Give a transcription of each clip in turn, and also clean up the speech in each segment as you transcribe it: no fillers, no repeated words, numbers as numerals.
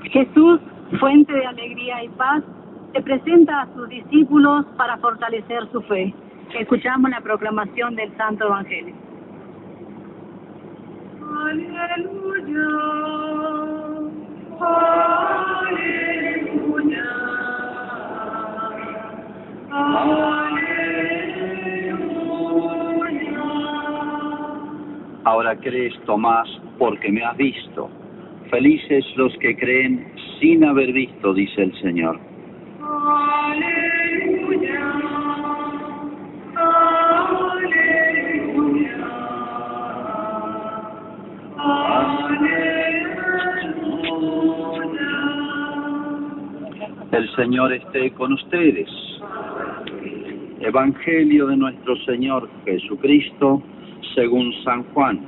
Jesús, fuente de alegría y paz, se presenta a sus discípulos para fortalecer su fe. Escuchamos la proclamación del Santo Evangelio. Aleluya, aleluya, aleluya. Ahora crees, Tomás, porque me has visto. Felices los que creen sin haber visto, dice el Señor. Aleluya, aleluya, aleluya. El Señor esté con ustedes. Evangelio de nuestro Señor Jesucristo según San Juan.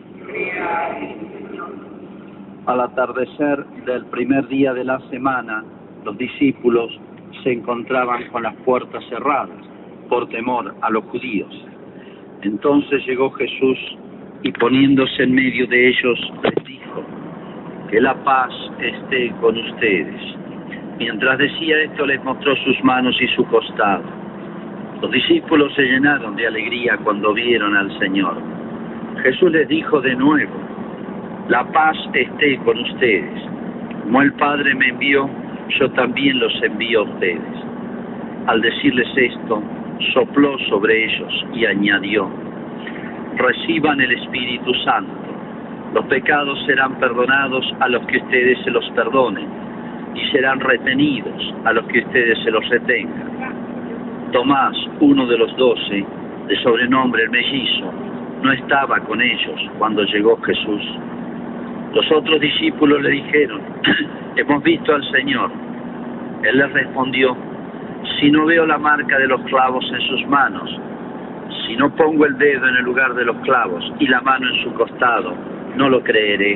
Al atardecer del primer día de la semana, los discípulos se encontraban con las puertas cerradas por temor a los judíos. Entonces llegó Jesús y poniéndose en medio de ellos les dijo: que la paz esté con ustedes. Mientras decía esto les mostró sus manos y su costado. Los discípulos se llenaron de alegría cuando vieron al Señor. Jesús les dijo de nuevo: la paz esté con ustedes. Como el Padre me envió, yo también los envío a ustedes. Al decirles esto, sopló sobre ellos y añadió: reciban el Espíritu Santo. Los pecados serán perdonados a los que ustedes se los perdonen, y serán retenidos a los que ustedes se los retengan. Tomás, uno de los 12, de sobrenombre el mellizo, no estaba con ellos cuando llegó Jesús. Los otros discípulos le dijeron: hemos visto al Señor. Él les respondió: si no veo la marca de los clavos en sus manos, si no pongo el dedo en el lugar de los clavos y la mano en su costado, no lo creeré.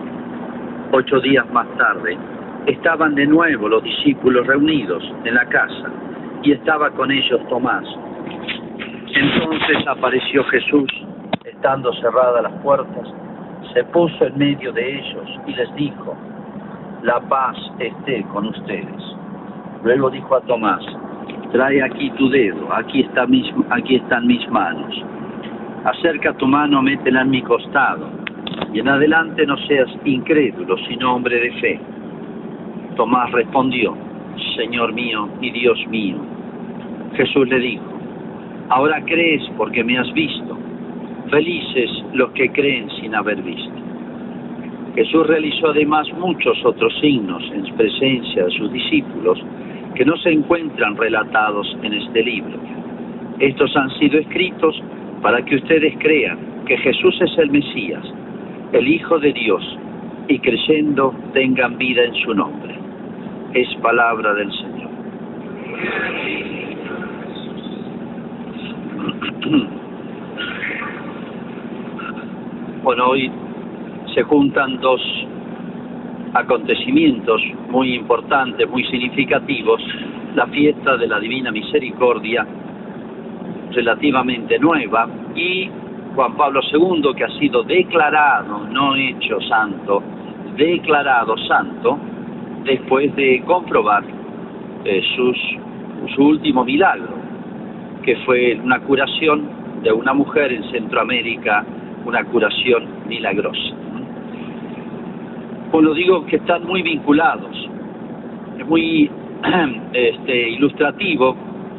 8 días más tarde, estaban de nuevo los discípulos reunidos en la casa, y estaba con ellos Tomás. Entonces apareció Jesús, estando cerradas las puertas, se puso en medio de ellos y les dijo: la paz esté con ustedes. Luego dijo a Tomás: trae aquí tu dedo, aquí están mis manos. Acerca tu mano, métela en mi costado, y en adelante no seas incrédulo, sino hombre de fe. Tomás respondió: Señor mío y Dios mío. Jesús le dijo: ahora crees porque me has visto. Felices los que creen sin haber visto. Jesús realizó además muchos otros signos en presencia de sus discípulos que no se encuentran relatados en este libro. Estos han sido escritos para que ustedes crean que Jesús es el Mesías, el Hijo de Dios, y creyendo tengan vida en su nombre. Es palabra del Señor. Bueno, hoy se juntan 2 acontecimientos muy importantes, muy significativos: la fiesta de la Divina Misericordia, relativamente nueva, y Juan Pablo II, que ha sido declarado, no hecho santo, declarado santo, después de comprobar su último milagro, que fue una curación de una mujer en Centroamérica, una curación milagrosa. Bueno, digo que están muy vinculados. Es muy ilustrativo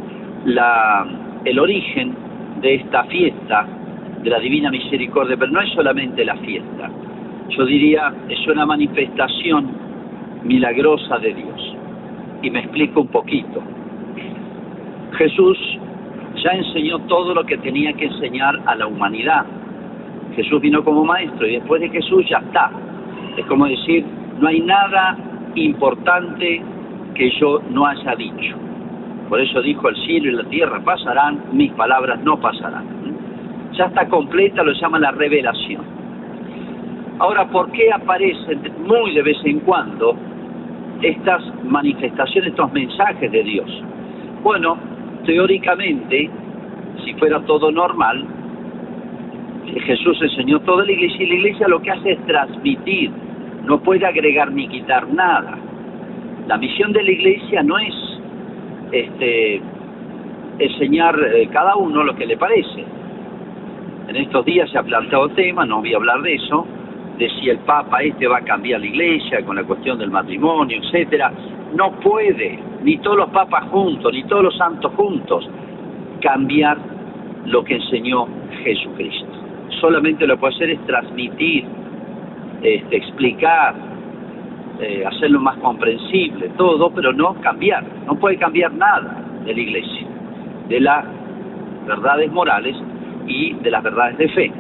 el origen de esta fiesta de la Divina Misericordia, pero no es solamente la fiesta. Yo diría, es una manifestación milagrosa de Dios. Y me explico un poquito. Jesús ya enseñó todo lo que tenía que enseñar a la humanidad. Jesús vino como maestro y después de Jesús ya está. Es como decir, no hay nada importante que yo no haya dicho. Por eso dijo: el cielo y la tierra pasarán, mis palabras no pasarán. Ya está completa, lo llama la revelación. Ahora, ¿por qué aparecen muy de vez en cuando estas manifestaciones, estos mensajes de Dios? Bueno, teóricamente, si fuera todo normal, Jesús enseñó toda la iglesia, y la iglesia lo que hace es transmitir no puede agregar ni quitar nada. La misión de la Iglesia no es enseñar cada uno lo que le parece. En estos días se ha planteado tema, no voy a hablar de eso, de si el Papa va a cambiar la Iglesia con la cuestión del matrimonio, etcétera. No puede, ni todos los papas juntos, ni todos los santos juntos, cambiar lo que enseñó Jesucristo. Solamente lo que puede hacer es transmitir, explicar, hacerlo más comprensible, todo, pero no cambiar. No puede cambiar nada de la Iglesia, de las verdades morales y de las verdades de fe.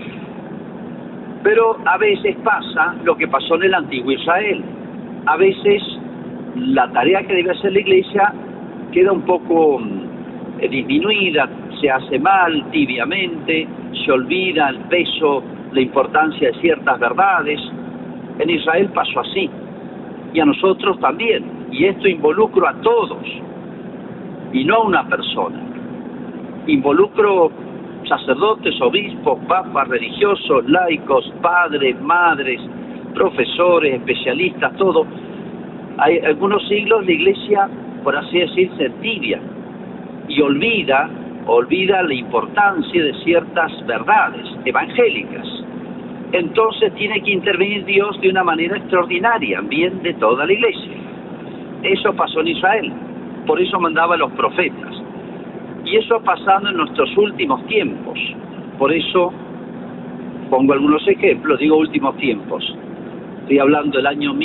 Pero a veces pasa lo que pasó en el antiguo Israel. A veces la tarea que debe hacer la Iglesia queda un poco disminuida, se hace mal, tibiamente, se olvida el peso, la importancia de ciertas verdades. En Israel pasó así, y a nosotros también, y esto involucro a todos, y no a una persona. Involucro sacerdotes, obispos, papas, religiosos, laicos, padres, madres, profesores, especialistas, todo. Hay algunos siglos la Iglesia, por así decir, se tibia y olvida la importancia de ciertas verdades evangélicas. Entonces tiene que intervenir Dios de una manera extraordinaria, en bien de toda la Iglesia. Eso pasó en Israel, por eso mandaba a los profetas. Y eso ha pasado en nuestros últimos tiempos. Por eso pongo algunos ejemplos, digo últimos tiempos. Estoy hablando del año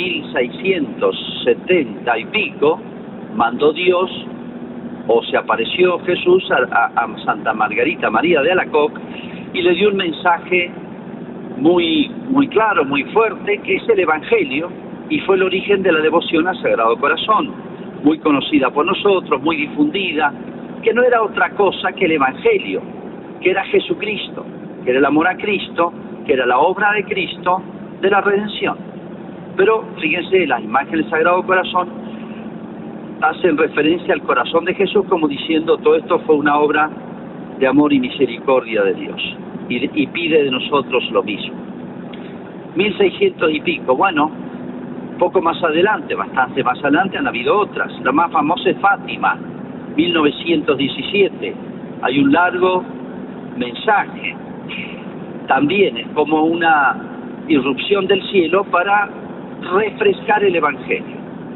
1670 y pico, mandó Dios, o se apareció Jesús a Santa Margarita María de Alacoc y le dio un mensaje muy claro, muy fuerte, que es el Evangelio, y fue el origen de la devoción al Sagrado Corazón, muy conocida por nosotros, muy difundida, que no era otra cosa que el Evangelio, que era Jesucristo, que era el amor a Cristo, que era la obra de Cristo de la redención. Pero fíjense, las imágenes del Sagrado Corazón hacen referencia al corazón de Jesús como diciendo todo esto fue una obra de amor y misericordia de Dios, y pide de nosotros lo mismo. 1600 y pico, bueno, poco más adelante, bastante más adelante han habido otras. La más famosa es Fátima, 1917, hay un largo mensaje, también es como una irrupción del cielo para refrescar el Evangelio.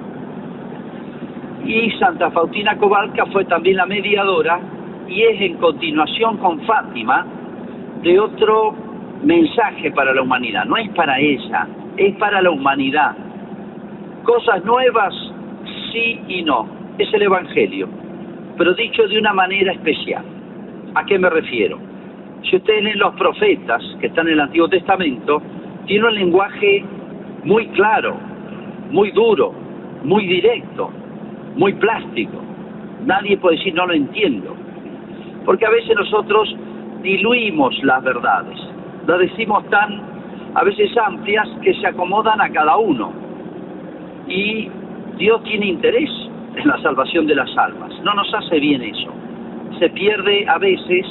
Y Santa Faustina Kowalska fue también la mediadora y es en continuación con Fátima de otro mensaje para la humanidad, no es para ella, es para la humanidad. Cosas nuevas, sí y no, es el Evangelio, pero dicho de una manera especial. ¿A qué me refiero? Si ustedes leen los profetas que están en el Antiguo Testamento, tienen un lenguaje muy claro, muy duro, muy directo, muy plástico. Nadie puede decir no lo entiendo, porque a veces nosotros diluimos las verdades, las decimos tan a veces amplias que se acomodan a cada uno, y Dios tiene interés en la salvación de las almas. No nos hace bien eso. Se pierde a veces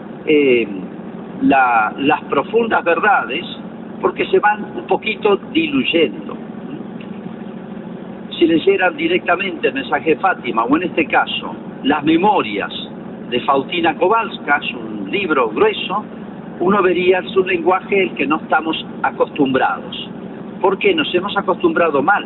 las profundas verdades porque se van un poquito diluyendo. Si leyeran directamente el mensaje de Fátima, o en este caso las memorias de Faustina Kowalska, es un libro grueso, uno vería su lenguaje el que no estamos acostumbrados, porque nos hemos acostumbrado mal.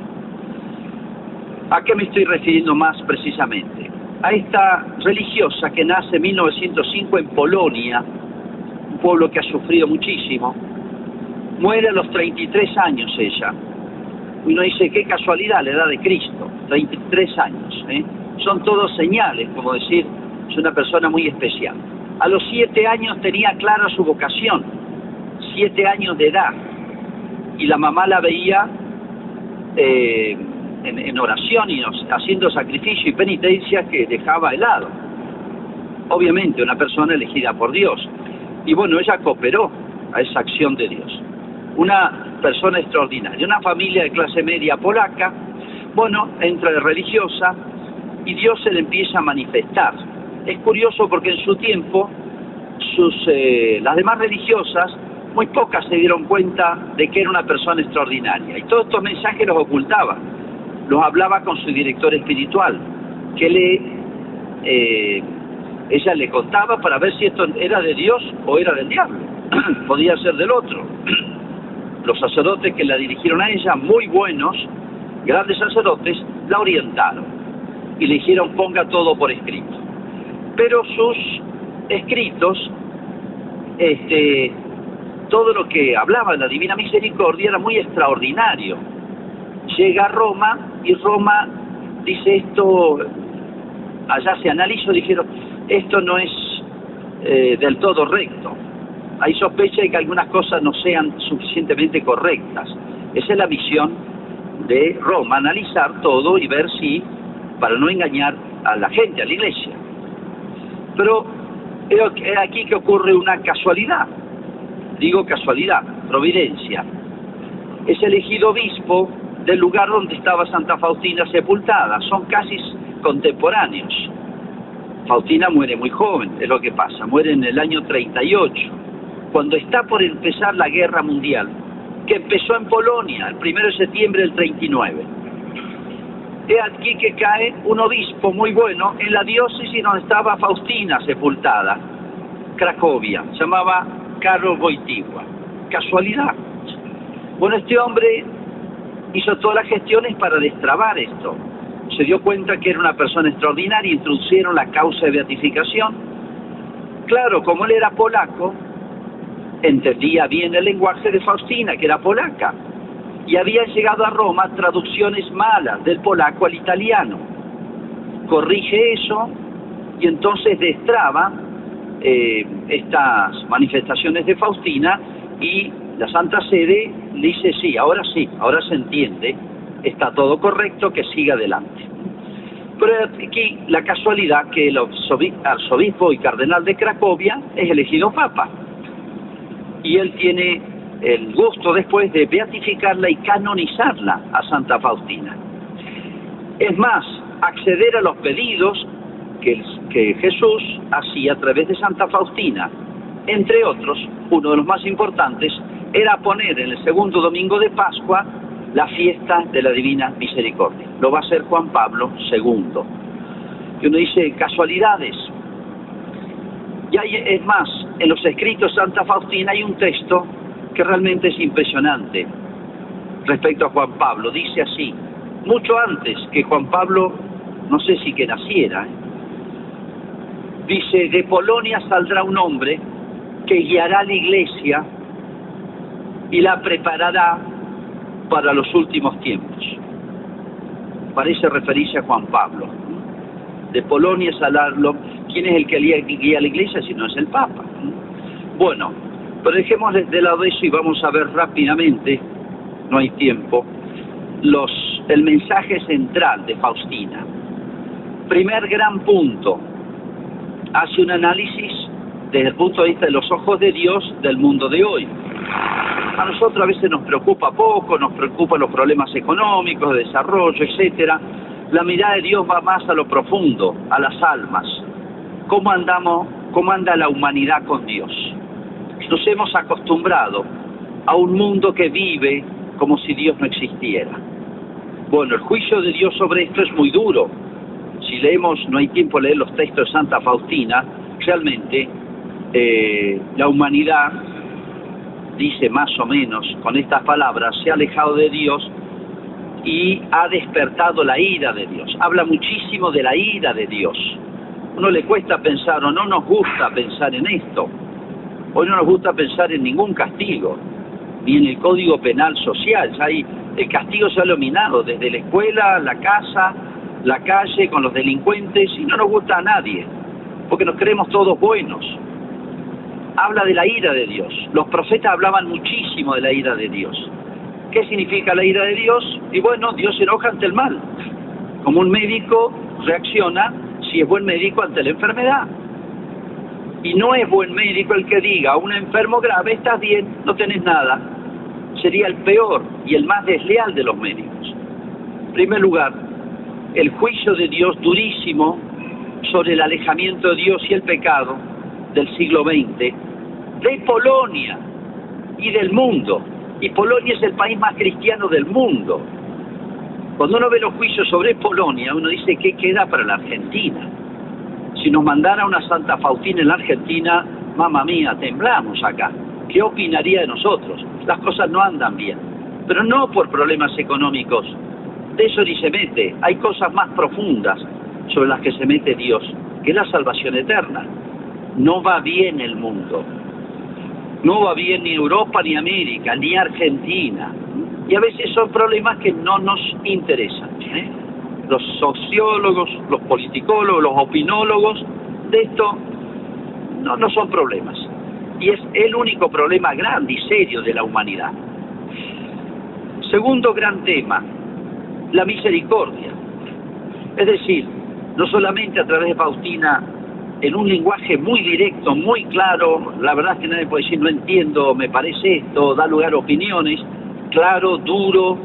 ¿A qué me estoy refiriendo más precisamente? A esta religiosa que nace en 1905 en Polonia, un pueblo que ha sufrido muchísimo. Muere a los 33 años ella. Uno dice, qué casualidad la edad de Cristo, 33 años. Son todos señales, como decir, es una persona muy especial. A los 7 años tenía clara su vocación, 7 años de edad, y la mamá la veía en oración y haciendo sacrificio y penitencia que dejaba helado. Obviamente una persona elegida por Dios. Y bueno, ella cooperó a esa acción de Dios. Una persona extraordinaria, una familia de clase media polaca, bueno, entra de religiosa y Dios se le empieza a manifestar. Es curioso porque en su tiempo las demás religiosas muy pocas se dieron cuenta de que era una persona extraordinaria. Y todos estos mensajes los ocultaba, los hablaba con su director espiritual, que ella le contaba para ver si esto era de Dios o era del diablo. Podía ser del otro. Los sacerdotes que la dirigieron a ella, muy buenos, grandes sacerdotes, la orientaron y le dijeron ponga todo por escrito. Pero sus escritos, todo lo que hablaba de la Divina Misericordia era muy extraordinario. Llega a Roma y Roma dice esto, allá se analizó, dijeron esto no es del todo recto. Hay sospecha de que algunas cosas no sean suficientemente correctas. Esa es la misión de Roma, analizar todo y ver si, para no engañar a la gente, a la iglesia. Pero es aquí que ocurre una casualidad. Digo casualidad, providencia. Es elegido obispo del lugar donde estaba Santa Faustina sepultada. Son casi contemporáneos. Faustina muere muy joven, es lo que pasa. Muere en el año 38, cuando está por empezar la Guerra Mundial, que empezó en Polonia, el 1 de septiembre del 39. Es aquí que cae un obispo muy bueno en la diócesis donde estaba Faustina sepultada, Cracovia, se llamaba Karol Wojtyła. Casualidad. Bueno, este hombre hizo todas las gestiones para destrabar esto. Se dio cuenta que era una persona extraordinaria, introdujeron la causa de beatificación. Claro, como él era polaco, entendía bien el lenguaje de Faustina, que era polaca, y había llegado a Roma traducciones malas del polaco al italiano. Corrige eso y entonces destraba estas manifestaciones de Faustina, y la Santa Sede le dice sí, ahora se entiende, está todo correcto, que siga adelante. Pero aquí la casualidad que el arzobispo y cardenal de Cracovia es elegido papa, y él tiene el gusto después de beatificarla y canonizarla a Santa Faustina. Es más, acceder a los pedidos que Jesús hacía a través de Santa Faustina. Entre otros, uno de los más importantes era poner en el segundo domingo de Pascua la fiesta de la Divina Misericordia. Lo va a hacer Juan Pablo II. Y uno dice, casualidades. Y es más, en los escritos de Santa Faustina hay un texto que realmente es impresionante respecto a Juan Pablo. Dice así, mucho antes que Juan Pablo, no sé si que naciera, dice, de Polonia saldrá un hombre que guiará a la iglesia y la preparará para los últimos tiempos. Parece referirse a Juan Pablo. De Polonia saldrá, ¿quién es el que guía a la iglesia si no es el Papa? Bueno, pero dejemos de lado eso y vamos a ver rápidamente, no hay tiempo, el mensaje central de Faustina. Primer gran punto, hace un análisis desde el punto de vista de los ojos de Dios del mundo de hoy. A nosotros a veces nos preocupa poco, nos preocupan los problemas económicos, de desarrollo, etcétera. La mirada de Dios va más a lo profundo, a las almas. ¿Cómo anda la humanidad con Dios? Nos hemos acostumbrado a un mundo que vive como si Dios no existiera. Bueno, el juicio de Dios sobre esto es muy duro. Si leemos, no hay tiempo de leer los textos de Santa Faustina, realmente la humanidad, dice más o menos con estas palabras, se ha alejado de Dios y ha despertado la ira de Dios. Habla muchísimo de la ira de Dios. Uno le cuesta pensar, o no nos gusta pensar en esto. Hoy no nos gusta pensar en ningún castigo, ni en el Código Penal Social. El castigo se ha eliminado desde la escuela, la casa, la calle, con los delincuentes, y no nos gusta a nadie, porque nos creemos todos buenos. Habla de la ira de Dios. Los profetas hablaban muchísimo de la ira de Dios. ¿Qué significa la ira de Dios? Y bueno, Dios se enoja ante el mal. Como un médico reacciona, si es buen médico, ante la enfermedad. Y no es buen médico el que diga a un enfermo grave, estás bien, no tenés nada. Sería el peor y el más desleal de los médicos. En primer lugar, el juicio de Dios durísimo sobre el alejamiento de Dios y el pecado del siglo XX, de Polonia, y del mundo. Y Polonia es el país más cristiano del mundo. Cuando uno ve los juicios sobre Polonia, uno dice, ¿qué queda para la Argentina? Si nos mandara una Santa Faustina en la Argentina, mamma mía, temblamos acá. ¿Qué opinaría de nosotros? Las cosas no andan bien. Pero no por problemas económicos. De eso ni se mete. Hay cosas más profundas sobre las que se mete Dios, que es la salvación eterna. No va bien el mundo. No va bien ni Europa, ni América, ni Argentina. Y a veces son problemas que no nos interesan. Los sociólogos, los politicólogos, los opinólogos, de esto no son problemas. Y es el único problema grande y serio de la humanidad. Segundo gran tema, la misericordia. Es decir, no solamente a través de Faustina, en un lenguaje muy directo, muy claro, la verdad es que nadie puede decir, no entiendo, me parece esto, da lugar a opiniones, claro, duro.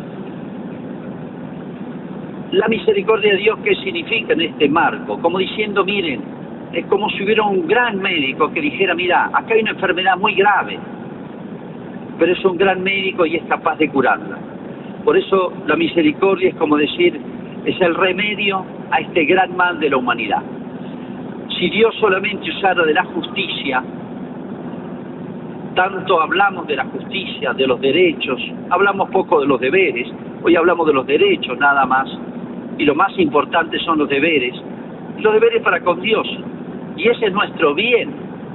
La misericordia de Dios, ¿qué significa en este marco? Como diciendo, miren, es como si hubiera un gran médico que dijera, mira, acá hay una enfermedad muy grave, pero es un gran médico y es capaz de curarla. Por eso la misericordia es como decir, es el remedio a este gran mal de la humanidad. Si Dios solamente usara de la justicia, tanto hablamos de la justicia, de los derechos, hablamos poco de los deberes, hoy hablamos de los derechos nada más, y lo más importante son los deberes para con Dios, y ese es nuestro bien.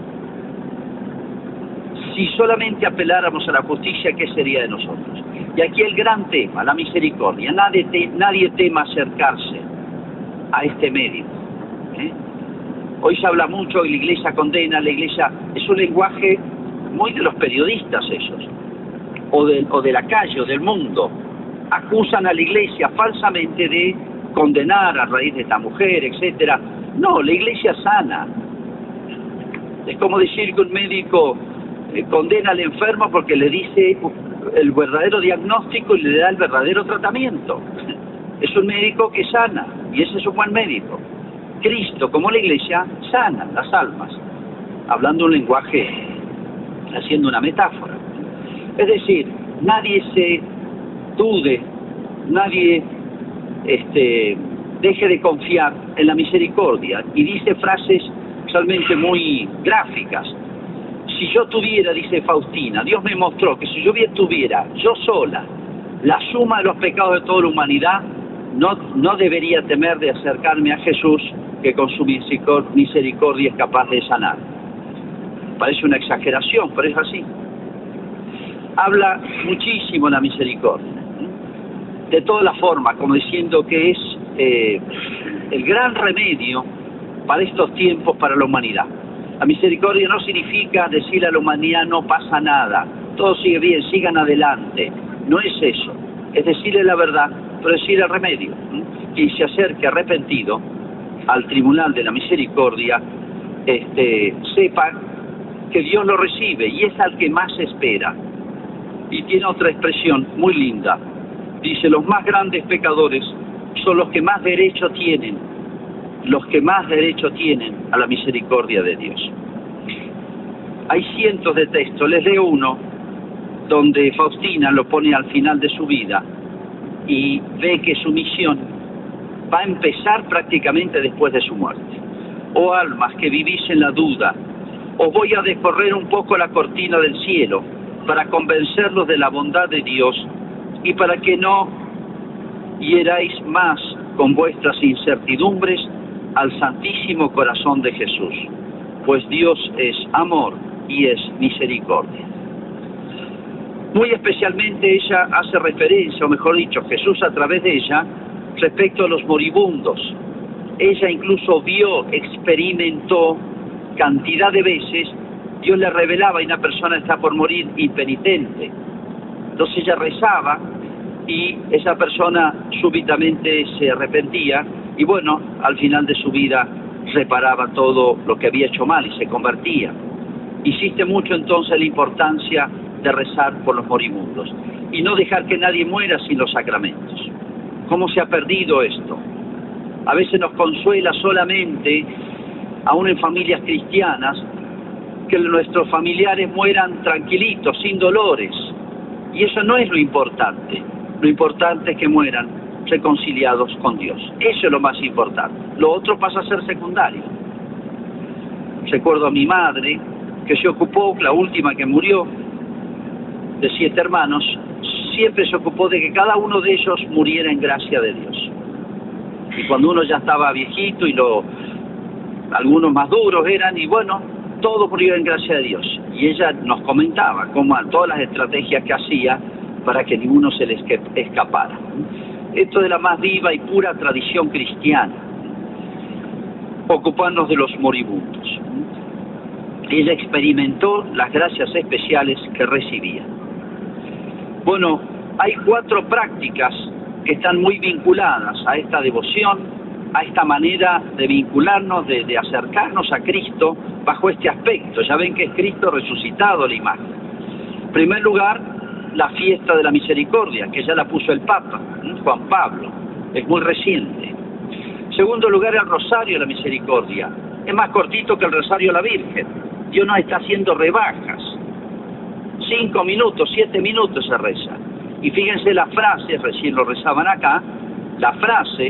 Si solamente apeláramos a la justicia, ¿qué sería de nosotros? Y aquí el gran tema, la misericordia. Nadie tema acercarse a este medio. Hoy se habla mucho y la Iglesia condena, la Iglesia es un lenguaje muy de los periodistas esos, o de la calle, o del mundo. Acusan a la Iglesia falsamente de condenar a raíz de esta mujer, etcétera. No, la Iglesia sana. Es como decir que un médico condena al enfermo porque le dice el verdadero diagnóstico y le da el verdadero tratamiento. Es un médico que sana, y ese es un buen médico. Cristo, como la Iglesia, sana las almas, hablando un lenguaje, haciendo una metáfora. Es decir, nadie se dude, nadie deje de confiar en la misericordia, y dice frases realmente muy gráficas. Si yo tuviera, dice Faustina, Dios me mostró que si yo tuviera, yo sola, la suma de los pecados de toda la humanidad, no debería temer de acercarme a Jesús, que con su misericordia es capaz de sanar. Parece una exageración, pero es así. Habla muchísimo la misericordia, de todas las formas, como diciendo que es el gran remedio para estos tiempos, para la humanidad. La misericordia no significa decirle a la humanidad no pasa nada, todo sigue bien, sigan adelante. No es eso, es decirle la verdad, pero decirle el remedio. Quien se acerque arrepentido al tribunal de la misericordia, sepa que Dios lo recibe y es al que más espera. Y tiene otra expresión muy linda. Dice, los más grandes pecadores son los que más derecho tienen, a la misericordia de Dios. Hay cientos de textos, les leo uno, donde Faustina lo pone al final de su vida y ve que su misión va a empezar prácticamente después de su muerte. Oh almas que vivís en la duda, os voy a descorrer un poco la cortina del cielo para convencerlos de la bondad de Dios y para que no hieráis más con vuestras incertidumbres al Santísimo Corazón de Jesús, pues Dios es amor y es misericordia. Muy especialmente ella hace referencia, o mejor dicho, Jesús a través de ella, respecto a los moribundos. Ella incluso vio, experimentó cantidad de veces, Dios le revelaba y una persona está por morir impenitente. Entonces ella rezaba y esa persona súbitamente se arrepentía y bueno, al final de su vida reparaba todo lo que había hecho mal y se convertía. Insiste mucho entonces la importancia de rezar por los moribundos y no dejar que nadie muera sin los sacramentos. ¿Cómo se ha perdido esto? A veces nos consuela solamente, aún en familias cristianas, que nuestros familiares mueran tranquilitos, sin dolores. Y eso no es lo importante. Lo importante es que mueran reconciliados con Dios. Eso es lo más importante. Lo otro pasa a ser secundario. Recuerdo a mi madre, que se ocupó, la última que murió, de 7 hermanos, siempre se ocupó de que cada uno de ellos muriera en gracia de Dios. Y cuando uno ya estaba viejito y algunos más duros eran, y bueno, todo murió en gracia de Dios. Y ella nos comentaba cómo todas las estrategias que hacía para que ninguno se les escapara. Esto es la más viva y pura tradición cristiana, ocuparnos de los moribundos. Ella experimentó las gracias especiales que recibía. Bueno, hay 4 prácticas que están muy vinculadas a esta devoción, a esta manera de vincularnos, de acercarnos a Cristo bajo este aspecto. Ya ven que es Cristo resucitado la imagen. En primer lugar, la fiesta de la misericordia, que ya la puso el Papa, Juan Pablo, es muy reciente. En segundo lugar, el rosario de la misericordia, es más cortito que el rosario de la Virgen. Dios no está haciendo rebajas. 5 minutos, 7 minutos se reza. Y fíjense las frases, recién lo rezaban acá, las frases,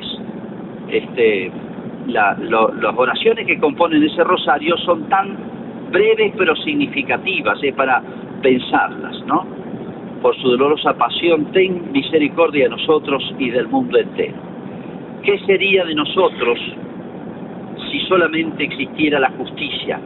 las oraciones que componen ese rosario son tan breves pero significativas, para pensarlas, ¿no? Por su dolorosa pasión, ten misericordia de nosotros y del mundo entero. ¿Qué sería de nosotros si solamente existiera la justicia?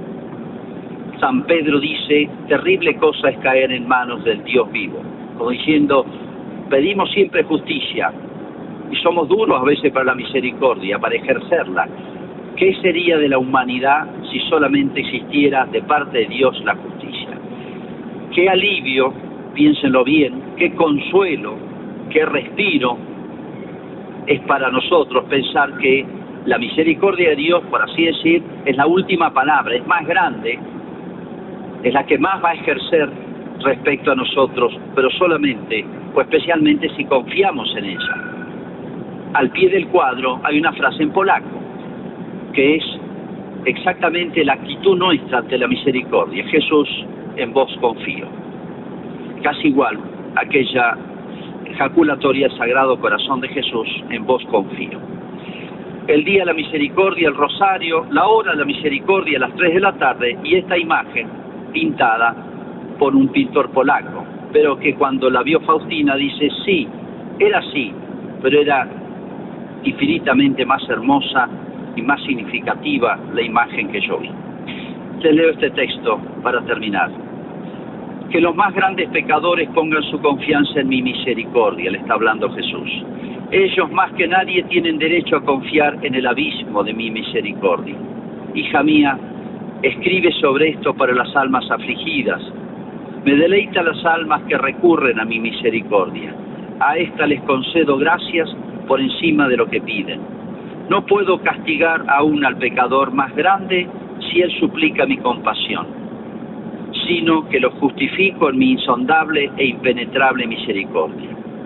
San Pedro dice, terrible cosa es caer en manos del Dios vivo. Como diciendo, pedimos siempre justicia y somos duros a veces para la misericordia, para ejercerla. ¿Qué sería de la humanidad si solamente existiera de parte de Dios la justicia? Qué alivio, piénsenlo bien, qué consuelo, qué respiro es para nosotros pensar que la misericordia de Dios, por así decir, es la última palabra, es más grande, es la que más va a ejercer respecto a nosotros, pero solamente o especialmente si confiamos en ella. Al pie del cuadro hay una frase en polaco, que es exactamente la actitud nuestra ante la misericordia. Jesús, en vos confío. Casi igual aquella ejaculatoria del Sagrado Corazón de Jesús, en vos confío. El día de la misericordia, el rosario, la hora de la misericordia a las 3 de la tarde, y esta imagen pintada por un pintor polaco, pero que cuando la vio Faustina dice, sí, era así, pero era infinitamente más hermosa y más significativa la imagen que yo vi. Les leo este texto para terminar. Que los más grandes pecadores pongan su confianza en mi misericordia, le está hablando Jesús. Ellos más que nadie tienen derecho a confiar en el abismo de mi misericordia. Hija mía, escribe sobre esto para las almas afligidas. Me deleita las almas que recurren a mi misericordia. A esta les concedo gracias por encima de lo que piden. No puedo castigar aún al pecador más grande si él suplica mi compasión, sino que lo justifico en mi insondable e impenetrable misericordia.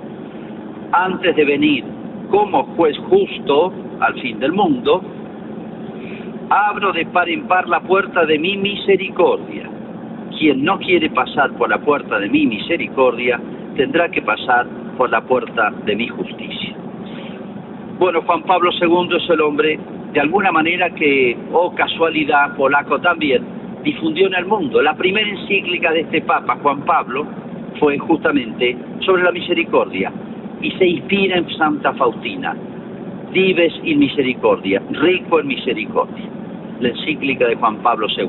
Antes de venir como juez justo al fin del mundo, abro de par en par la puerta de mi misericordia. Quien no quiere pasar por la puerta de mi misericordia, tendrá que pasar por la puerta de mi justicia. Bueno, Juan Pablo II es el hombre, de alguna manera que, casualidad, polaco también, difundió en el mundo. La primera encíclica de este Papa, Juan Pablo, fue justamente sobre la misericordia, y se inspira en Santa Faustina. Vives in misericordia, rico en misericordia, la encíclica de Juan Pablo II.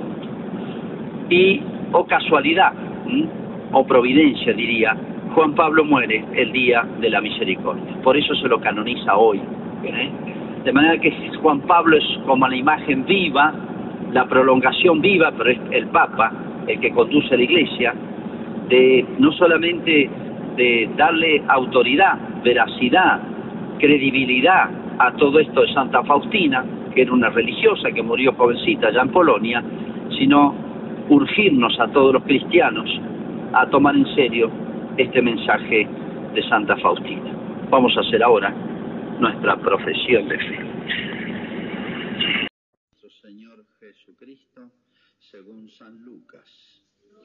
Y, casualidad, o providencia diría, Juan Pablo muere el día de la misericordia. Por eso se lo canoniza hoy. De manera que Juan Pablo es como la imagen viva, la prolongación viva, pero es el Papa el que conduce a la Iglesia, de no solamente de darle autoridad, veracidad, credibilidad a todo esto de Santa Faustina, que era una religiosa que murió jovencita allá en Polonia, sino urgirnos a todos los cristianos a tomar en serio este mensaje de Santa Faustina. Vamos a hacer ahora nuestra profesión de fe. Nuestro Señor Jesucristo, según San Lucas.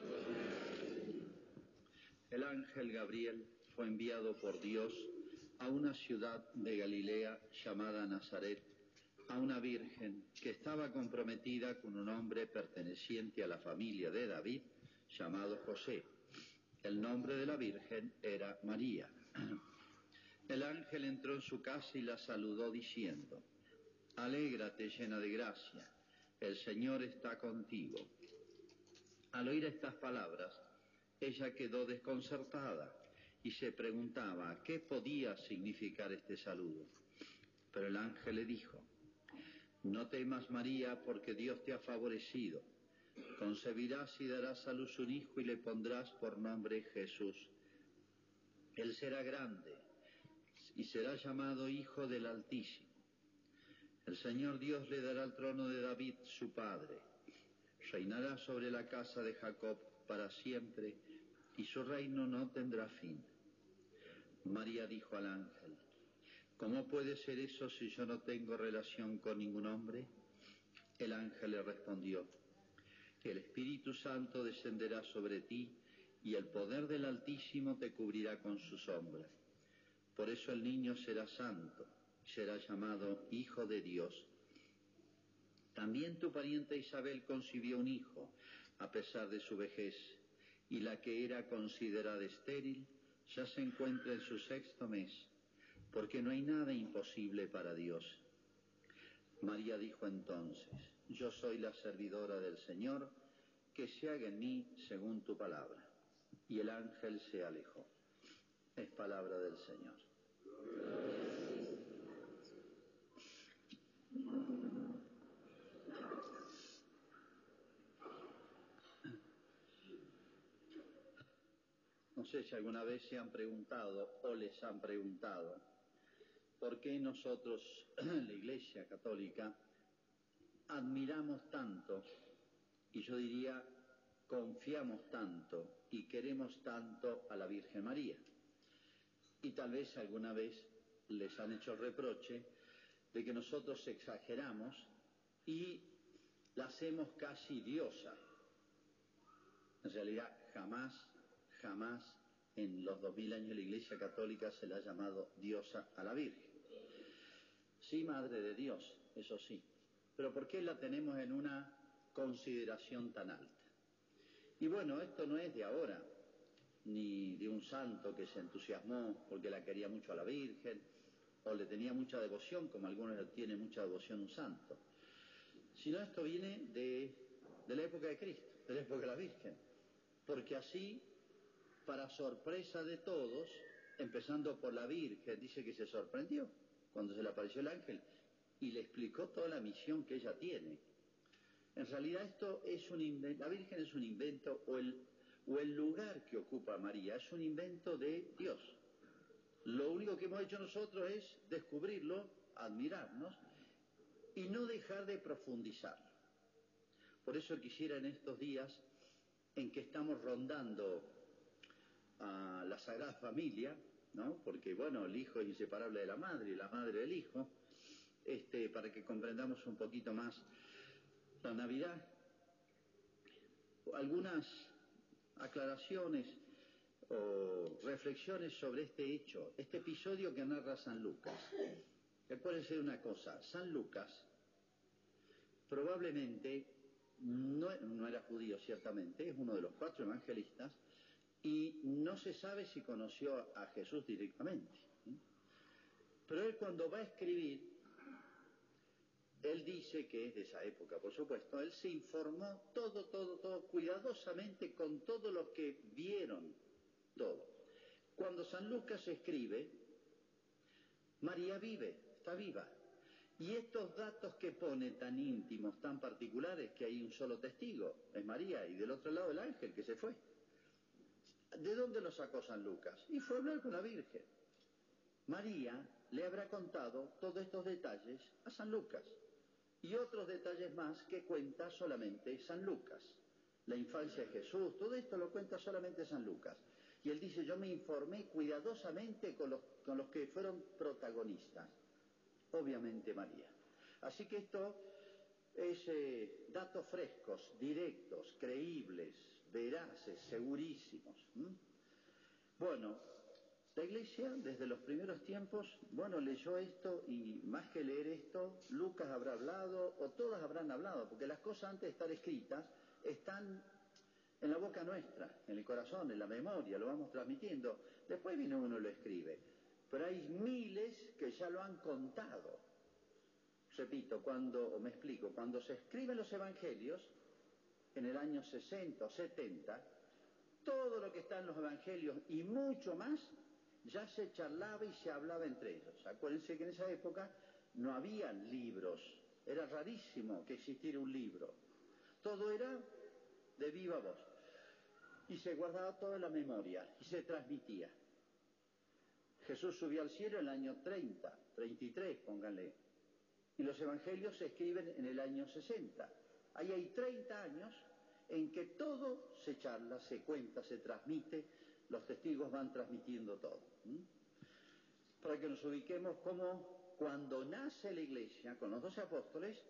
El ángel Gabriel fue enviado por Dios a una ciudad de Galilea llamada Nazaret, a una virgen que estaba comprometida con un hombre perteneciente a la familia de David, llamado José. El nombre de la virgen era María. El ángel entró en su casa y la saludó diciendo: Alégrate, llena de gracia, el Señor está contigo. Al oír estas palabras, ella quedó desconcertada y se preguntaba qué podía significar este saludo. Pero el ángel le dijo: No temas, María, porque Dios te ha favorecido. Concebirás y darás a luz un hijo y le pondrás por nombre Jesús. Él será grande y será llamado Hijo del Altísimo. El Señor Dios le dará el trono de David, su padre. Reinará sobre la casa de Jacob para siempre, y su reino no tendrá fin. María dijo al ángel: ¿Cómo puede ser eso si yo no tengo relación con ningún hombre? El ángel le respondió: El Espíritu Santo descenderá sobre ti, y el poder del Altísimo te cubrirá con su sombra. Por eso el niño será santo, será llamado Hijo de Dios. También tu pariente Isabel concibió un hijo, a pesar de su vejez, y la que era considerada estéril ya se encuentra en su 6º mes, porque no hay nada imposible para Dios. María dijo entonces: Yo soy la servidora del Señor, que se haga en mí según tu palabra. Y el ángel se alejó. Es palabra del Señor. No sé si alguna vez se han preguntado o les han preguntado por qué nosotros, la Iglesia Católica, admiramos tanto, y yo diría confiamos tanto y queremos tanto a la Virgen María. Y tal vez alguna vez les han hecho el reproche de que nosotros exageramos y la hacemos casi diosa. En realidad jamás en los 2000 años de la Iglesia Católica se le ha llamado diosa a la Virgen. Sí, Madre de Dios, eso sí. Pero ¿por qué la tenemos en una consideración tan alta? Y bueno, esto no es de ahora, ni de un santo que se entusiasmó porque la quería mucho a la Virgen, o le tenía mucha devoción, como algunos le tienen mucha devoción a un santo. Sino esto viene de la época de Cristo, de la época de la Virgen. Porque así, para sorpresa de todos, empezando por la Virgen, dice que se sorprendió cuando se le apareció el ángel y le explicó toda la misión que ella tiene. En realidad esto es un invento, la Virgen es un invento, o el lugar que ocupa María es un invento de Dios. Lo único que hemos hecho nosotros es descubrirlo, admirarnos y no dejar de profundizarlo. Por eso quisiera en estos días en que estamos rondando a la Sagrada Familia, ¿no? Porque bueno, el hijo es inseparable de la madre y la madre del hijo, para que comprendamos un poquito más la Navidad, algunas aclaraciones o reflexiones sobre este hecho, este episodio que narra San Lucas. Recuérdense de una cosa: San Lucas probablemente no era judío, ciertamente, es uno de los 4 evangelistas, y no se sabe si conoció a Jesús directamente. Pero él, cuando va a escribir, él dice que es de esa época, por supuesto. Él se informó todo, cuidadosamente con todos los que vieron todo. Cuando San Lucas escribe, María vive, está viva. Y estos datos que pone tan íntimos, tan particulares, que hay un solo testigo, es María, y del otro lado el ángel que se fue. ¿De dónde lo sacó San Lucas? Y fue a hablar con la Virgen. María le habrá contado todos estos detalles a San Lucas. Y otros detalles más que cuenta solamente San Lucas. La infancia de Jesús, todo esto lo cuenta solamente San Lucas. Y él dice: yo me informé cuidadosamente con los que fueron protagonistas. Obviamente María. Así que esto es datos frescos, directos, creíbles, veraces, segurísimos. Bueno, la Iglesia desde los primeros tiempos, leyó esto y más que leer esto, Lucas habrá hablado o todas habrán hablado, porque las cosas antes de estar escritas están en la boca nuestra, en el corazón, en la memoria, lo vamos transmitiendo. Después viene uno y lo escribe, pero hay miles que ya lo han contado. Repito, cuando se escriben los evangelios, en el año 60 o 70, todo lo que está en los evangelios y mucho más, ya se charlaba y se hablaba entre ellos. Acuérdense que en esa época no habían libros, era rarísimo que existiera un libro. Todo era de viva voz. Y se guardaba todo en la memoria y se transmitía. Jesús subió al cielo en el año 30, 33, pónganle. Y los evangelios se escriben en el año 60. Ahí hay 30 años en que todo se charla, se cuenta, se transmite, los testigos van transmitiendo todo. Para que nos ubiquemos como cuando nace la Iglesia con los 12 apóstoles,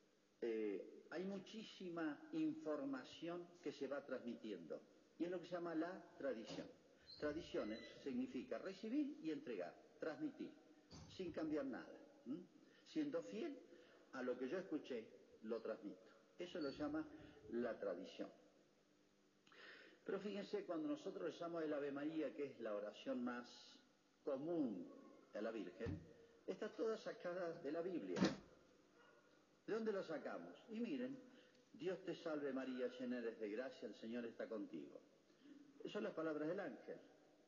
hay muchísima información que se va transmitiendo. Y es lo que se llama la tradición. Tradiciones significa recibir y entregar, transmitir, sin cambiar nada. Siendo fiel a lo que yo escuché, lo transmito. Eso lo llama la tradición. Pero fíjense, cuando nosotros rezamos el Ave María, que es la oración más común a la Virgen, está toda sacada de la Biblia. ¿De dónde lo sacamos? Y miren, Dios te salve María, llena eres de gracia, el Señor está contigo. Esas son las palabras del ángel,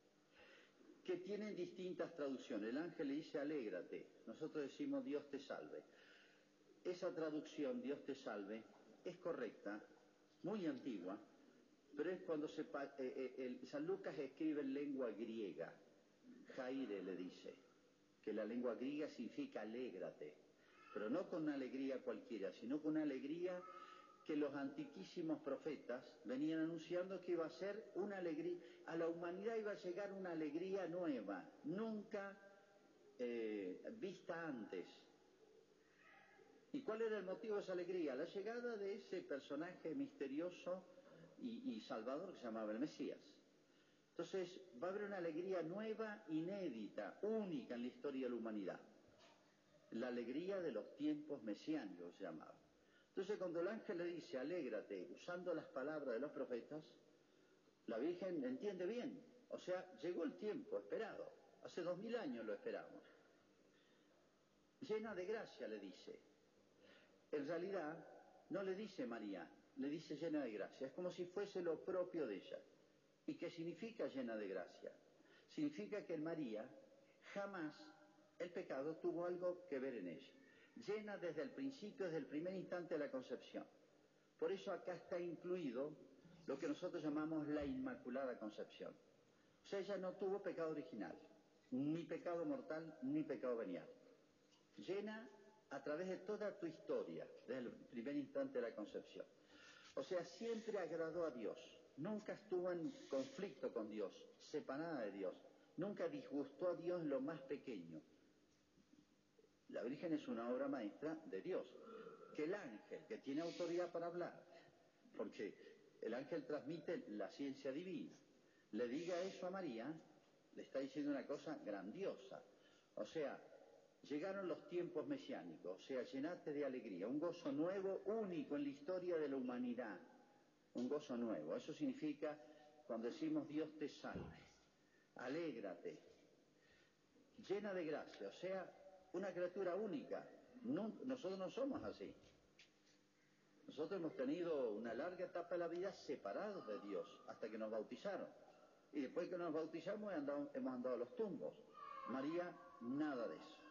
que tienen distintas traducciones. El ángel le dice alégrate, nosotros decimos Dios te salve. Esa traducción, Dios te salve, es correcta, muy antigua, pero es cuando San Lucas escribe en lengua griega. Jaire le dice, que la lengua griega significa alégrate, pero no con una alegría cualquiera, sino con una alegría que los antiquísimos profetas venían anunciando que iba a ser una alegría, a la humanidad iba a llegar una alegría nueva, nunca vista antes. ¿Y cuál era el motivo de esa alegría? La llegada de ese personaje misterioso y salvador que se llamaba el Mesías. Entonces va a haber una alegría nueva, inédita, única en la historia de la humanidad. La alegría de los tiempos mesiánicos se llamaba. Entonces cuando el ángel le dice alégrate, usando las palabras de los profetas, la Virgen entiende bien. O sea, llegó el tiempo esperado. Hace 2000 años lo esperamos. Llena de gracia, le dice. En realidad, no le dice María, le dice llena de gracia. Es como si fuese lo propio de ella. ¿Y qué significa llena de gracia? Significa que en María jamás el pecado tuvo algo que ver en ella. Llena desde el principio, desde el primer instante de la concepción. Por eso acá está incluido lo que nosotros llamamos la Inmaculada Concepción. O sea, ella no tuvo pecado original, ni pecado mortal, ni pecado venial. Llena a través de toda tu historia, desde el primer instante de la concepción. O sea, siempre agradó a Dios, nunca estuvo en conflicto con Dios, separada de Dios, nunca disgustó a Dios en lo más pequeño. La Virgen es una obra maestra de Dios, que el ángel, que tiene autoridad para hablar, porque el ángel transmite la ciencia divina, le diga eso a María, le está diciendo una cosa grandiosa. O sea, llegaron los tiempos mesiánicos, o sea, llenate de alegría, un gozo nuevo, único en la historia de la humanidad, un gozo nuevo. Eso significa, cuando decimos Dios te salve, alégrate, llena de gracia, o sea, una criatura única. Nosotros no somos así. Nosotros hemos tenido una larga etapa de la vida separados de Dios, hasta que nos bautizaron. Y después que nos bautizamos hemos andado a los tumbos. María, nada de eso.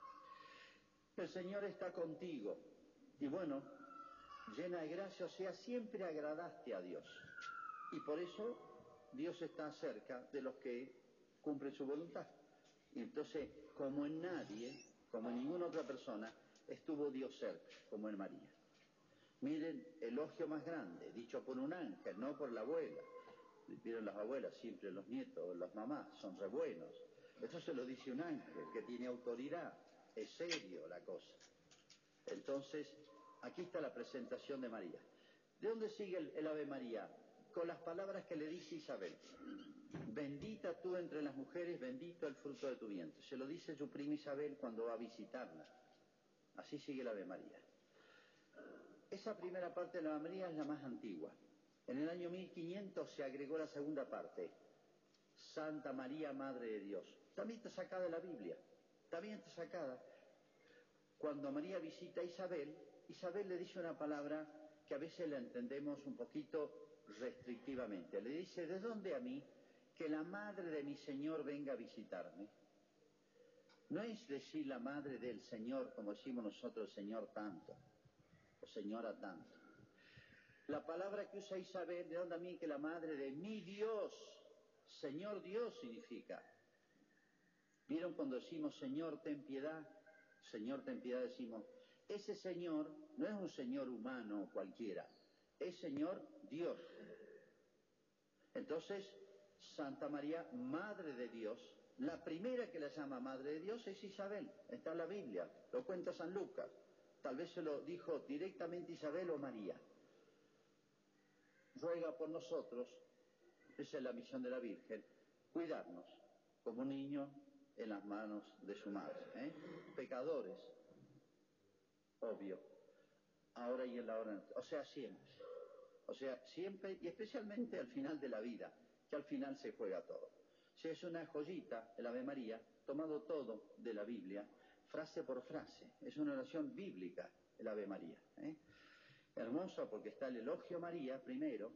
El Señor está contigo. Y bueno, llena de gracia, o sea, siempre agradaste a Dios. Y por eso Dios está cerca de los que cumplen su voluntad. Y entonces, como en nadie, como en ninguna otra persona, estuvo Dios cerca, como en María. Miren, elogio más grande, dicho por un ángel, no por la abuela. Vieron las abuelas, siempre los nietos, las mamás, son re buenos. Esto se lo dice un ángel, que tiene autoridad. Es serio la cosa. Entonces, Aquí está la presentación de María. ¿De dónde sigue el Ave María? Con las palabras que le dice Isabel. Bendita tú entre las mujeres, bendito el fruto de tu vientre. Se lo dice su prima Isabel cuando va a visitarla. Así sigue el Ave María. Esa primera parte de la Ave María es la más antigua. En el año 1500 se agregó la segunda parte. Santa María, Madre de Dios. También está sacada de la Biblia. También está sacada. Cuando María visita a Isabel, Isabel le dice una palabra que a veces la entendemos un poquito restrictivamente. Le dice, ¿de dónde a mí que la madre de mi Señor venga a visitarme? No es decir la madre del Señor, como decimos nosotros, Señor tanto, o Señora tanto. La palabra que usa Isabel, ¿de dónde a mí que la madre de mi Dios? Señor Dios significa. ¿Vieron cuando decimos Señor ten piedad? Señor ten piedad decimos, ese Señor no es un Señor humano cualquiera, es Señor Dios. Entonces, Santa María, Madre de Dios, la primera que la llama Madre de Dios es Isabel, está en la Biblia, lo cuenta San Lucas, tal vez se lo dijo directamente Isabel o María. Ruega por nosotros, esa es la misión de la Virgen, cuidarnos como un niño en las manos de su madre, pecadores, obvio, ahora y en la hora, o sea, siempre y especialmente al final de la vida, que al final se juega todo. O sea, es una joyita, el Ave María, tomado todo de la Biblia, frase por frase, es una oración bíblica, el Ave María, hermosa porque está el elogio a María primero,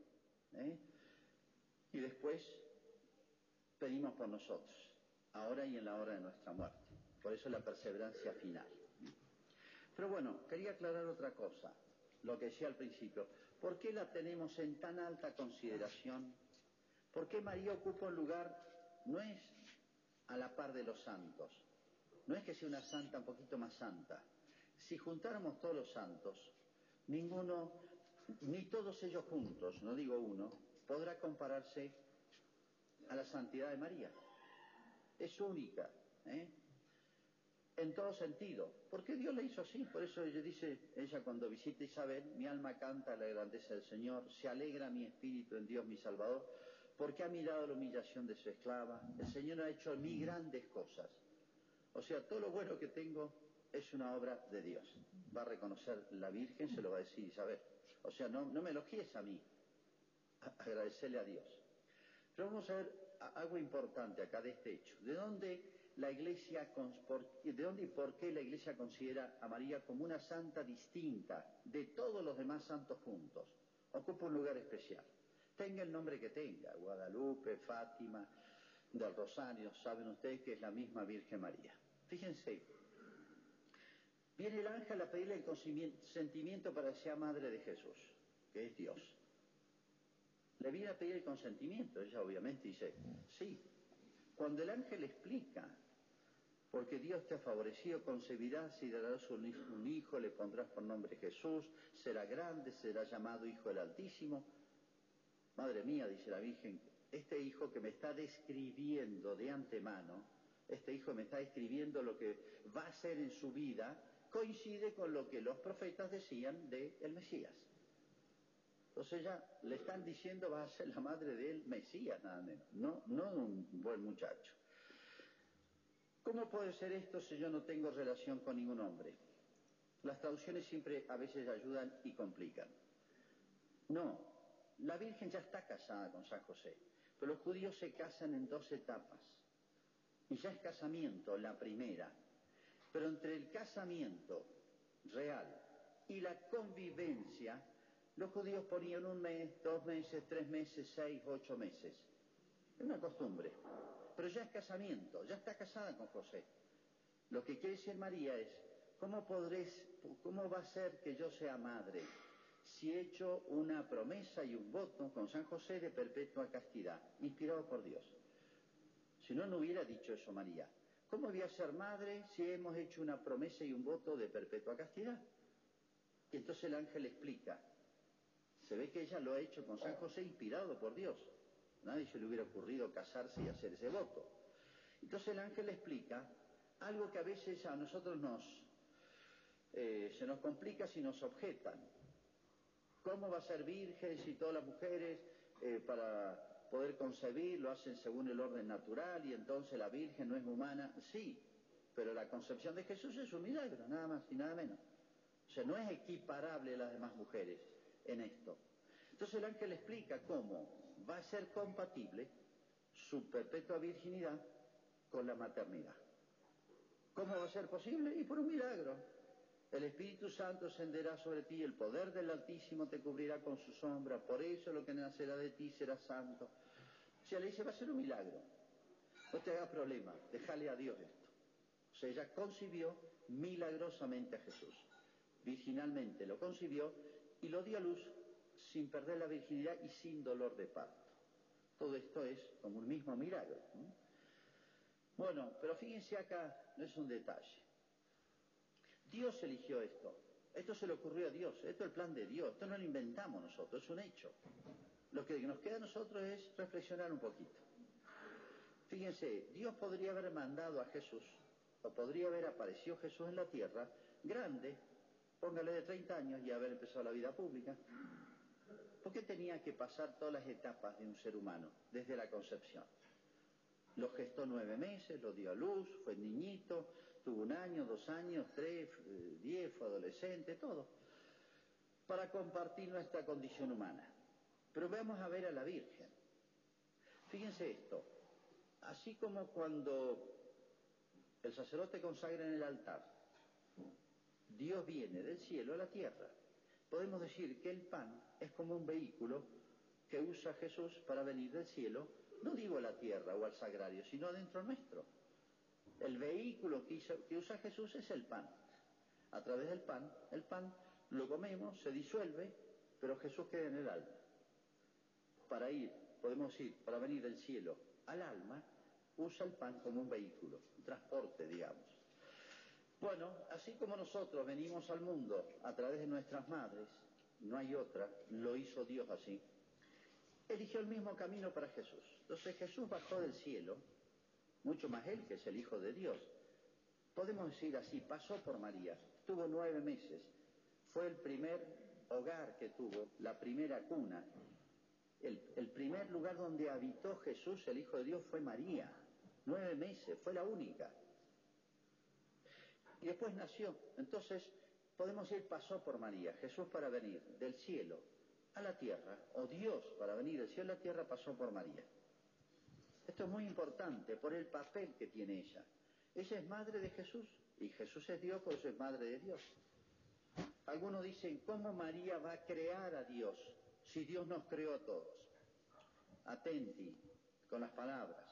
y después pedimos por nosotros, ahora y en la hora de nuestra muerte. Por eso la perseverancia final. Pero bueno, quería aclarar otra cosa, lo que decía al principio. ¿Por qué la tenemos en tan alta consideración? ¿Por qué María ocupa un lugar, no es a la par de los santos? No es que sea una santa un poquito más santa. Si juntáramos todos los santos, ninguno, ni todos ellos juntos, no digo uno, podrá compararse a la santidad de María. Es única, en todo sentido, porque Dios la hizo así. Por eso ella dice, cuando visita a Isabel, mi alma canta la grandeza del Señor, se alegra mi espíritu en Dios mi Salvador, porque ha mirado la humillación de su esclava. El Señor ha hecho en mí grandes cosas. O sea, todo lo bueno que tengo es una obra de Dios. Va a reconocer la Virgen, se lo va a decir Isabel. O sea, no me elogies a mí, agradecerle a Dios. Pero vamos a ver algo importante acá de este hecho. ¿De dónde y por qué la Iglesia considera a María como una santa distinta de todos los demás santos juntos? Ocupa un lugar especial. Tenga el nombre que tenga, Guadalupe, Fátima, del Rosario, saben ustedes que es la misma Virgen María. Fíjense, viene el ángel a pedirle el consentimiento para que sea madre de Jesús, que es Dios. Le viene a pedir el consentimiento, ella obviamente dice, sí. Cuando el ángel explica, porque Dios te ha favorecido, concebirás y darás un hijo, le pondrás por nombre Jesús, será grande, será llamado Hijo del Altísimo. Madre mía, dice la Virgen, este hijo que me está describiendo de antemano, este hijo me está describiendo lo que va a hacer en su vida, coincide con lo que los profetas decían del Mesías. Entonces ya le están diciendo va a ser la madre del Mesías, nada menos, no un buen muchacho. ¿Cómo puede ser esto si yo no tengo relación con ningún hombre? Las traducciones siempre a veces ayudan y complican. No, la Virgen ya está casada con San José, pero los judíos se casan en 2 etapas. Y ya es casamiento la primera, pero entre el casamiento real y la convivencia, los judíos ponían 1 mes, 2 meses, 3 meses, 6, 8 meses. Es una costumbre. Pero ya es casamiento, ya está casada con José. Lo que quiere decir María es, ¿cómo va a ser que yo sea madre si he hecho una promesa y un voto con San José de perpetua castidad, inspirado por Dios? Si no, no hubiera dicho eso María. ¿Cómo voy a ser madre si hemos hecho una promesa y un voto de perpetua castidad? Y entonces el ángel explica. Se ve que ella lo ha hecho con San José inspirado por Dios. Nadie se le hubiera ocurrido casarse y hacer ese voto. Entonces el ángel explica algo que a veces a nosotros nos se nos complica si nos objetan. ¿Cómo va a ser virgen si todas las mujeres para poder concebir lo hacen según el orden natural y entonces la virgen no es humana? Sí, pero la concepción de Jesús es un milagro, nada más y nada menos. O sea, no es equiparable a las demás mujeres en esto. Entonces el ángel explica cómo va a ser compatible su perpetua virginidad con la maternidad. ¿Cómo va a ser posible? Y por un milagro. El Espíritu Santo ascenderá sobre ti, el poder del Altísimo te cubrirá con su sombra, por eso lo que nacerá de ti será santo. O sea, le dice, va a ser un milagro. No te hagas problema, déjale a Dios esto. O sea, ella concibió milagrosamente a Jesús. Virginalmente lo concibió y lo dio a luz sin perder la virginidad y sin dolor de parto. Todo esto es como un mismo milagro. Bueno, pero fíjense acá, no es un detalle. Dios eligió esto. Esto se le ocurrió a Dios. Esto es el plan de Dios. Esto no lo inventamos nosotros, es un hecho. Lo que nos queda a nosotros es reflexionar un poquito. Fíjense, Dios podría haber mandado a Jesús, o podría haber aparecido Jesús en la tierra, grande, póngale de 30 años y haber empezado la vida pública. ¿Por qué tenía que pasar todas las etapas de un ser humano, desde la concepción? Lo gestó 9 meses, lo dio a luz, fue niñito, tuvo 1 año, 2 años, 3, 10, fue adolescente, todo, para compartir nuestra condición humana. Pero vamos a ver a la Virgen. Fíjense esto, así como cuando el sacerdote consagra en el altar, Dios viene del cielo a la tierra, podemos decir que el pan es como un vehículo que usa Jesús para venir del cielo, no digo a la tierra o al sagrario, sino adentro nuestro. El vehículo que usa Jesús es el pan. A través del pan, el pan lo comemos, se disuelve, pero Jesús queda en el alma. Para ir, podemos ir, para venir del cielo al alma, usa el pan como un vehículo, un transporte, digamos. Bueno, así como nosotros venimos al mundo a través de nuestras madres, no hay otra, lo hizo Dios así, eligió el mismo camino para Jesús. Entonces Jesús bajó del cielo, mucho más él que es el Hijo de Dios. Podemos decir así, pasó por María, tuvo 9 meses, fue el primer hogar que tuvo, la primera cuna. El primer lugar donde habitó Jesús, el Hijo de Dios, fue María. 9 meses, fue la única. Y después nació. Entonces, podemos decir, pasó por María. Jesús para venir del cielo a la tierra, o Dios para venir del cielo a la tierra, pasó por María. Esto es muy importante por el papel que tiene ella. Ella es madre de Jesús, y Jesús es Dios, por eso es madre de Dios. Algunos dicen, ¿cómo María va a crear a Dios si Dios nos creó a todos? Atenti con las palabras.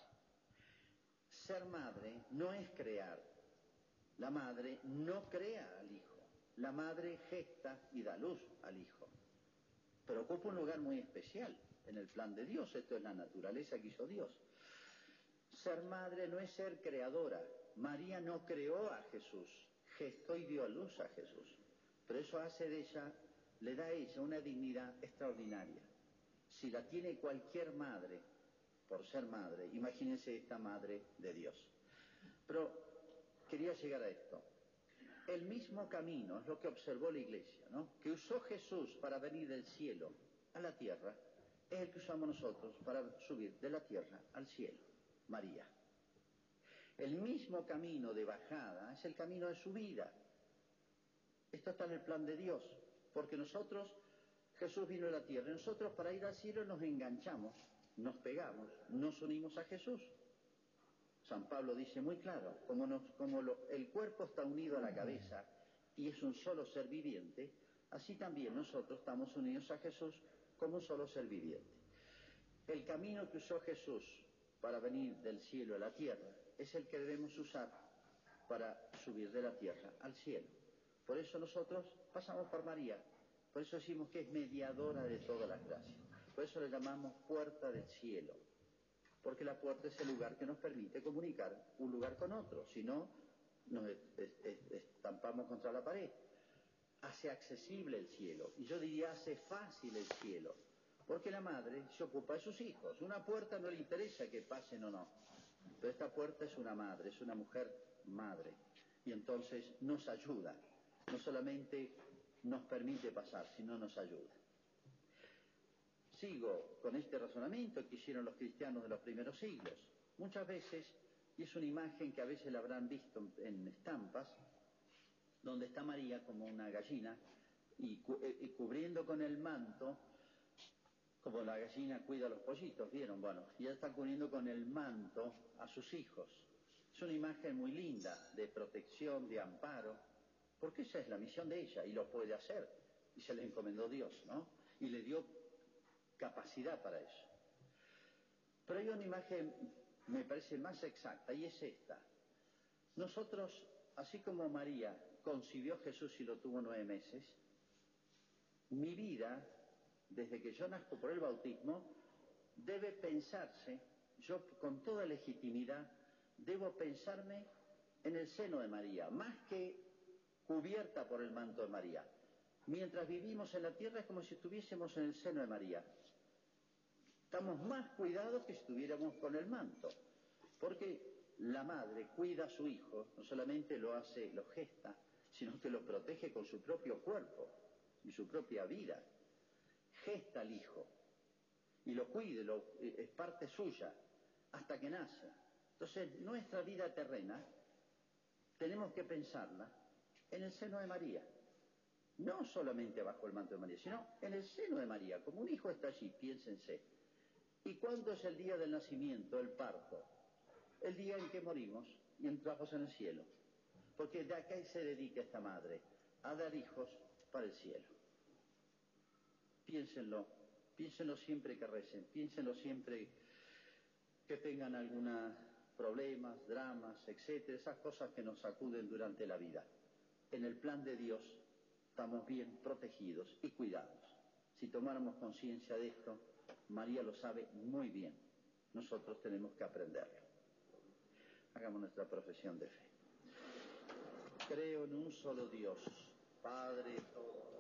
Ser madre no es crear. La madre no crea al hijo. La madre gesta y da luz al hijo. Pero ocupa un lugar muy especial en el plan de Dios. Esto es la naturaleza que hizo Dios. Ser madre no es ser creadora. María no creó a Jesús, gestó y dio a luz a Jesús. Pero eso hace de ella, le da a ella una dignidad extraordinaria. Si la tiene cualquier madre, por ser madre, imagínense esta madre de Dios. Pero quería llegar a esto. El mismo camino es lo que observó la Iglesia, ¿no? Que usó Jesús para venir del cielo a la tierra, es el que usamos nosotros para subir de la tierra al cielo. María. El mismo camino de bajada es el camino de subida. Esto está en el plan de Dios, porque nosotros, Jesús vino a la tierra, y nosotros para ir al cielo nos enganchamos, nos pegamos, nos unimos a Jesús. San Pablo dice muy claro, el cuerpo está unido a la cabeza y es un solo ser viviente, así también nosotros estamos unidos a Jesús como un solo ser viviente. El camino que usó Jesús para venir del cielo a la tierra es el que debemos usar para subir de la tierra al cielo. Por eso nosotros pasamos por María, por eso decimos que es mediadora de todas las gracias, por eso le llamamos puerta del cielo, porque la puerta es el lugar que nos permite comunicar un lugar con otro, si no nos estampamos contra la pared. Hace accesible el cielo, y yo diría hace fácil el cielo, porque la madre se ocupa de sus hijos. Una puerta no le interesa que pasen o no, pero esta puerta es una madre, es una mujer madre, y entonces nos ayuda. no solamente nos permite pasar, sino nos ayuda. Sigo con este razonamiento que hicieron los cristianos de los primeros siglos. Muchas veces, y es una imagen que a veces la habrán visto en estampas, donde está María como una gallina y cubriendo con el manto, como la gallina cuida a los pollitos, ¿vieron? Bueno, y ella está cubriendo con el manto a sus hijos. Es una imagen muy linda de protección, de amparo, porque esa es la misión de ella y lo puede hacer. Y se le encomendó Dios, ¿no? Y le dio capacidad para eso. Pero hay una imagen, me parece más exacta, y es esta. Nosotros, así como María concibió a Jesús y lo tuvo 9 meses, mi vida, desde que yo nazco por el bautismo, debe pensarse, yo con toda legitimidad, debo pensarme en el seno de María, más que cubierta por el manto de María. Mientras vivimos en la tierra es como si estuviésemos en el seno de María. Estamos más cuidados que si estuviéramos con el manto, porque la madre cuida a su hijo, no solamente lo hace, lo gesta, sino que lo protege con su propio cuerpo y su propia vida. Gesta al hijo y lo cuide, es parte suya hasta que nace. Entonces, nuestra vida terrena tenemos que pensarla en el seno de María. No solamente bajo el manto de María, sino en el seno de María. Como un hijo está allí, piénsense. ¿Y cuándo es el día del nacimiento, el parto? El día en que morimos y entramos en el cielo. Porque de acá se dedica esta madre, a dar hijos para el cielo. Piénsenlo, piénsenlo siempre que recen, piénsenlo siempre que tengan algunos problemas, dramas, etcétera, esas cosas que nos sacuden durante la vida. En el plan de Dios estamos bien protegidos y cuidados. Si tomáramos conciencia de esto, María lo sabe muy bien. Nosotros tenemos que aprenderlo. Hagamos nuestra profesión de fe. Creo en un solo Dios, Padre todo.